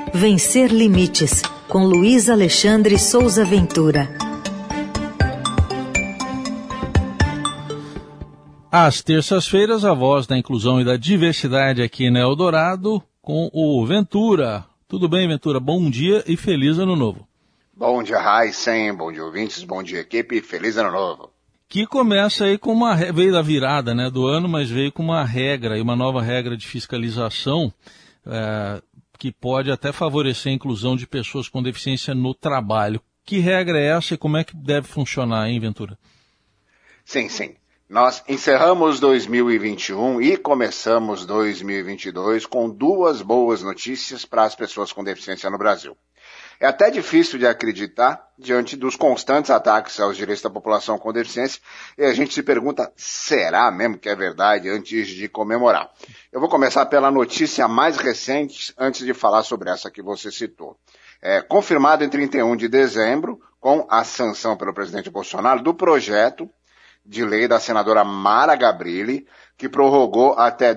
Vencer Limites, com Luiz Alexandre Souza Ventura. Às terças-feiras, a voz da inclusão e da diversidade aqui na Eldorado, com o Ventura. Tudo bem, Ventura? Bom dia e feliz ano novo. Bom dia, Raíssen, bom dia, ouvintes, bom dia, equipe, feliz ano novo. Que começa aí com veio da virada, né, do ano, mas veio com uma regra, uma nova regra de fiscalização, que pode até favorecer a inclusão de pessoas com deficiência no trabalho. Que regra é essa e como é que deve funcionar, hein, Ventura? Sim. Nós encerramos 2021 e começamos 2022 com duas boas notícias para as pessoas com deficiência no Brasil. É até difícil de acreditar diante dos constantes ataques aos direitos da população com deficiência e a gente se pergunta, será mesmo que é verdade antes de comemorar? Eu vou começar pela notícia mais recente antes de falar sobre essa que você citou. Confirmado em 31 de dezembro, com a sanção pelo presidente Bolsonaro do projeto de lei da senadora Mara Gabrilli, que prorrogou até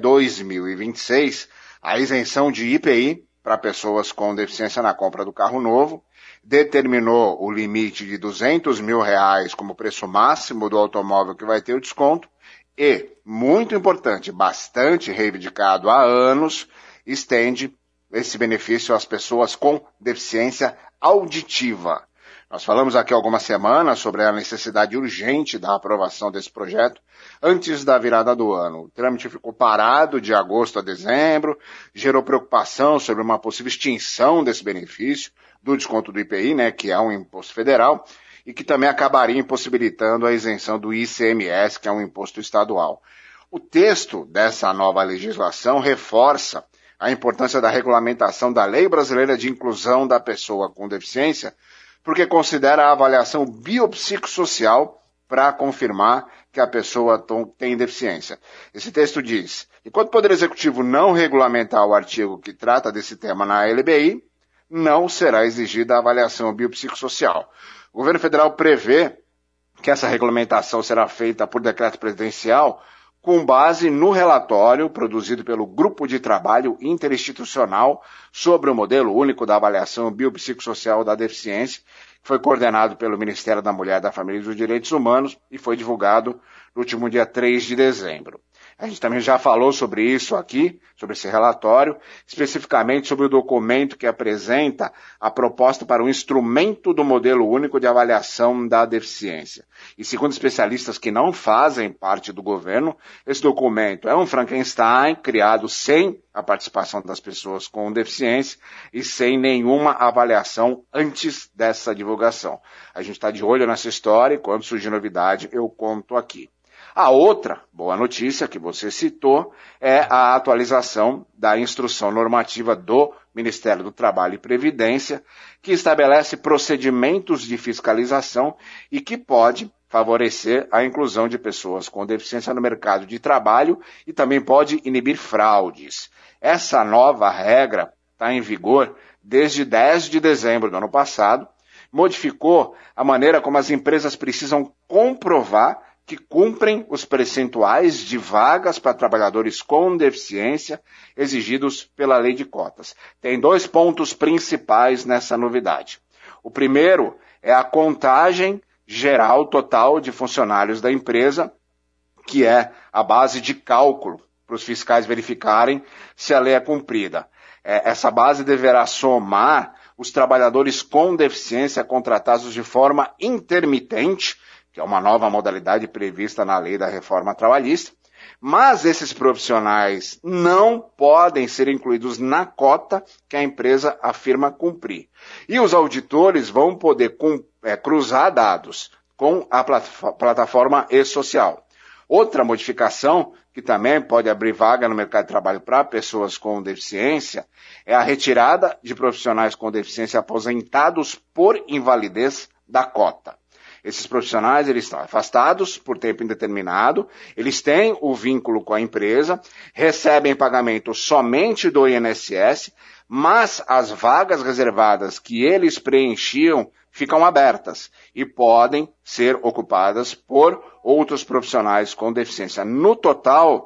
2026 a isenção de IPI para pessoas com deficiência na compra do carro novo, determinou o limite de R$200 mil como preço máximo do automóvel que vai ter o desconto e, muito importante, bastante reivindicado há anos, estende esse benefício às pessoas com deficiência auditiva. Nós falamos aqui há algumas semanas sobre a necessidade urgente da aprovação desse projeto antes da virada do ano. O trâmite ficou parado de agosto a dezembro, gerou preocupação sobre uma possível extinção desse benefício, do desconto do IPI, né, que é um imposto federal, e que também acabaria impossibilitando a isenção do ICMS, que é um imposto estadual. O texto dessa nova legislação reforça a importância da regulamentação da Lei Brasileira de Inclusão da Pessoa com Deficiência, porque considera a avaliação biopsicossocial para confirmar que a pessoa tem deficiência. Esse texto diz, enquanto o Poder Executivo não regulamentar o artigo que trata desse tema na LBI, não será exigida a avaliação biopsicossocial. O governo federal prevê que essa regulamentação será feita por decreto presidencial com base no relatório produzido pelo Grupo de Trabalho Interinstitucional sobre o Modelo Único da Avaliação Biopsicossocial da Deficiência, que foi coordenado pelo Ministério da Mulher, da Família e dos Direitos Humanos e foi divulgado no último dia 3 de dezembro. A gente também já falou sobre isso aqui, sobre esse relatório, especificamente sobre o documento que apresenta a proposta para um instrumento do Modelo Único de Avaliação da Deficiência. E segundo especialistas que não fazem parte do governo, esse documento é um Frankenstein criado sem a participação das pessoas com deficiência e sem nenhuma avaliação antes dessa divulgação. A gente está de olho nessa história e quando surgir novidade eu conto aqui. A outra boa notícia que você citou é a atualização da instrução normativa do Ministério do Trabalho e Previdência, que estabelece procedimentos de fiscalização e que pode favorecer a inclusão de pessoas com deficiência no mercado de trabalho e também pode inibir fraudes. Essa nova regra está em vigor desde 10 de dezembro do ano passado, modificou a maneira como as empresas precisam comprovar que cumprem os percentuais de vagas para trabalhadores com deficiência exigidos pela lei de cotas. Tem 2 pontos principais nessa novidade. O primeiro é a contagem geral total de funcionários da empresa, que é a base de cálculo para os fiscais verificarem se a lei é cumprida. Essa base deverá somar os trabalhadores com deficiência contratados de forma intermitente, que é uma nova modalidade prevista na lei da reforma trabalhista, mas esses profissionais não podem ser incluídos na cota que a empresa afirma cumprir. E os auditores vão poder cruzar dados com a plataforma e-social. Outra modificação, que também pode abrir vaga no mercado de trabalho para pessoas com deficiência, é a retirada de profissionais com deficiência aposentados por invalidez da cota. Esses profissionais, eles estão afastados por tempo indeterminado, eles têm o vínculo com a empresa, recebem pagamento somente do INSS, mas as vagas reservadas que eles preenchiam ficam abertas e podem ser ocupadas por outros profissionais com deficiência. No total,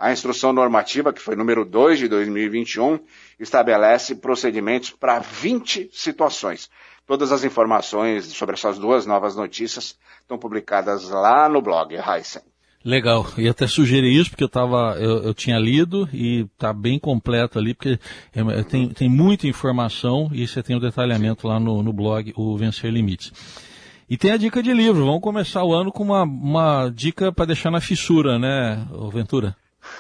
A instrução normativa, que foi número 2 de 2021, estabelece procedimentos para 20 situações. Todas as informações sobre essas duas novas notícias estão publicadas lá no blog, Heisen. Legal, e até sugeri isso porque eu tinha lido e está bem completo ali, porque tem muita informação e você tem o detalhamento lá no blog, o Vencer Limites. E tem a dica de livro, vamos começar o ano com uma dica para deixar na fissura, né, Ventura?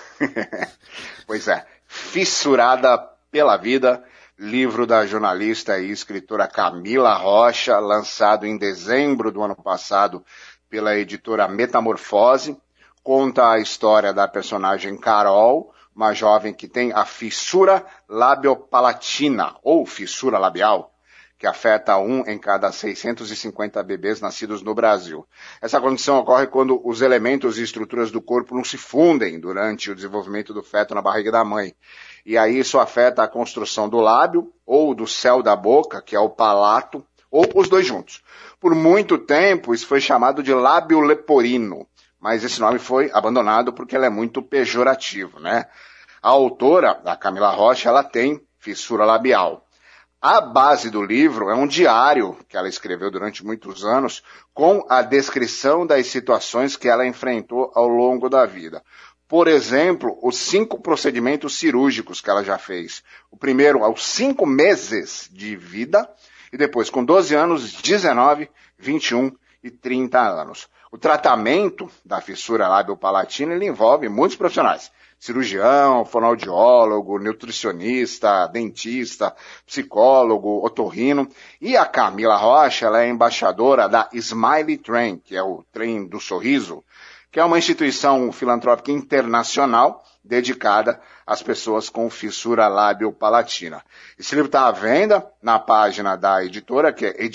Pois é, Fissurada pela Vida, livro da jornalista e escritora Camila Rocha, lançado em dezembro do ano passado pela editora Metamorfose. Conta a história da personagem Carol, uma jovem que tem a fissura labiopalatina, ou fissura labial, que afeta 1 em cada 650 bebês nascidos no Brasil. Essa condição ocorre quando os elementos e estruturas do corpo não se fundem durante o desenvolvimento do feto na barriga da mãe. E aí isso afeta a construção do lábio, ou do céu da boca, que é o palato, ou os dois juntos. Por muito tempo isso foi chamado de lábio leporino, mas esse nome foi abandonado porque ele é muito pejorativo, né? A autora, a Camila Rocha, ela tem fissura labial. A base do livro é um diário que ela escreveu durante muitos anos com a descrição das situações que ela enfrentou ao longo da vida. Por exemplo, os 5 procedimentos cirúrgicos que ela já fez. O primeiro aos 5 meses de vida e depois com 12 anos, 19, 21 e 30 anos. O tratamento da fissura labiopalatina ele envolve muitos profissionais. Cirurgião, fonoaudiólogo, nutricionista, dentista, psicólogo, otorrino. E a Camila Rocha ela é embaixadora da Smile Train, que é o trem do sorriso, que é uma instituição filantrópica internacional dedicada às pessoas com fissura labiopalatina. Esse livro está à venda na página da editora, que é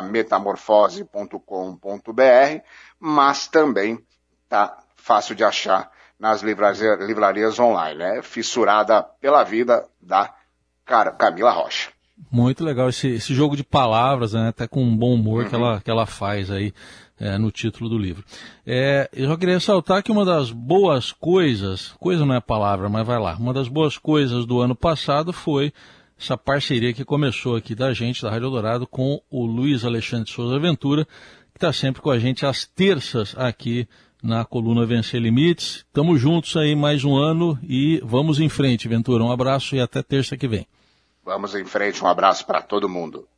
editorametamorfose.com.br, mas também está fácil de achar nas livrarias online, né? Fissurada pela Vida, da Camila Rocha. Muito legal esse jogo de palavras, né? Até com um bom humor que ela faz aí no título do livro. Eu só queria ressaltar que uma das boas coisa não é palavra, mas vai lá, uma das boas coisas do ano passado foi essa parceria que começou aqui da gente, da Rádio Eldorado, com o Luiz Alexandre Souza Ventura, que está sempre com a gente às terças aqui na coluna Vencer Limites. Estamos juntos aí mais um ano e vamos em frente, Ventura. Um abraço e até terça que vem. Vamos em frente, um abraço para todo mundo.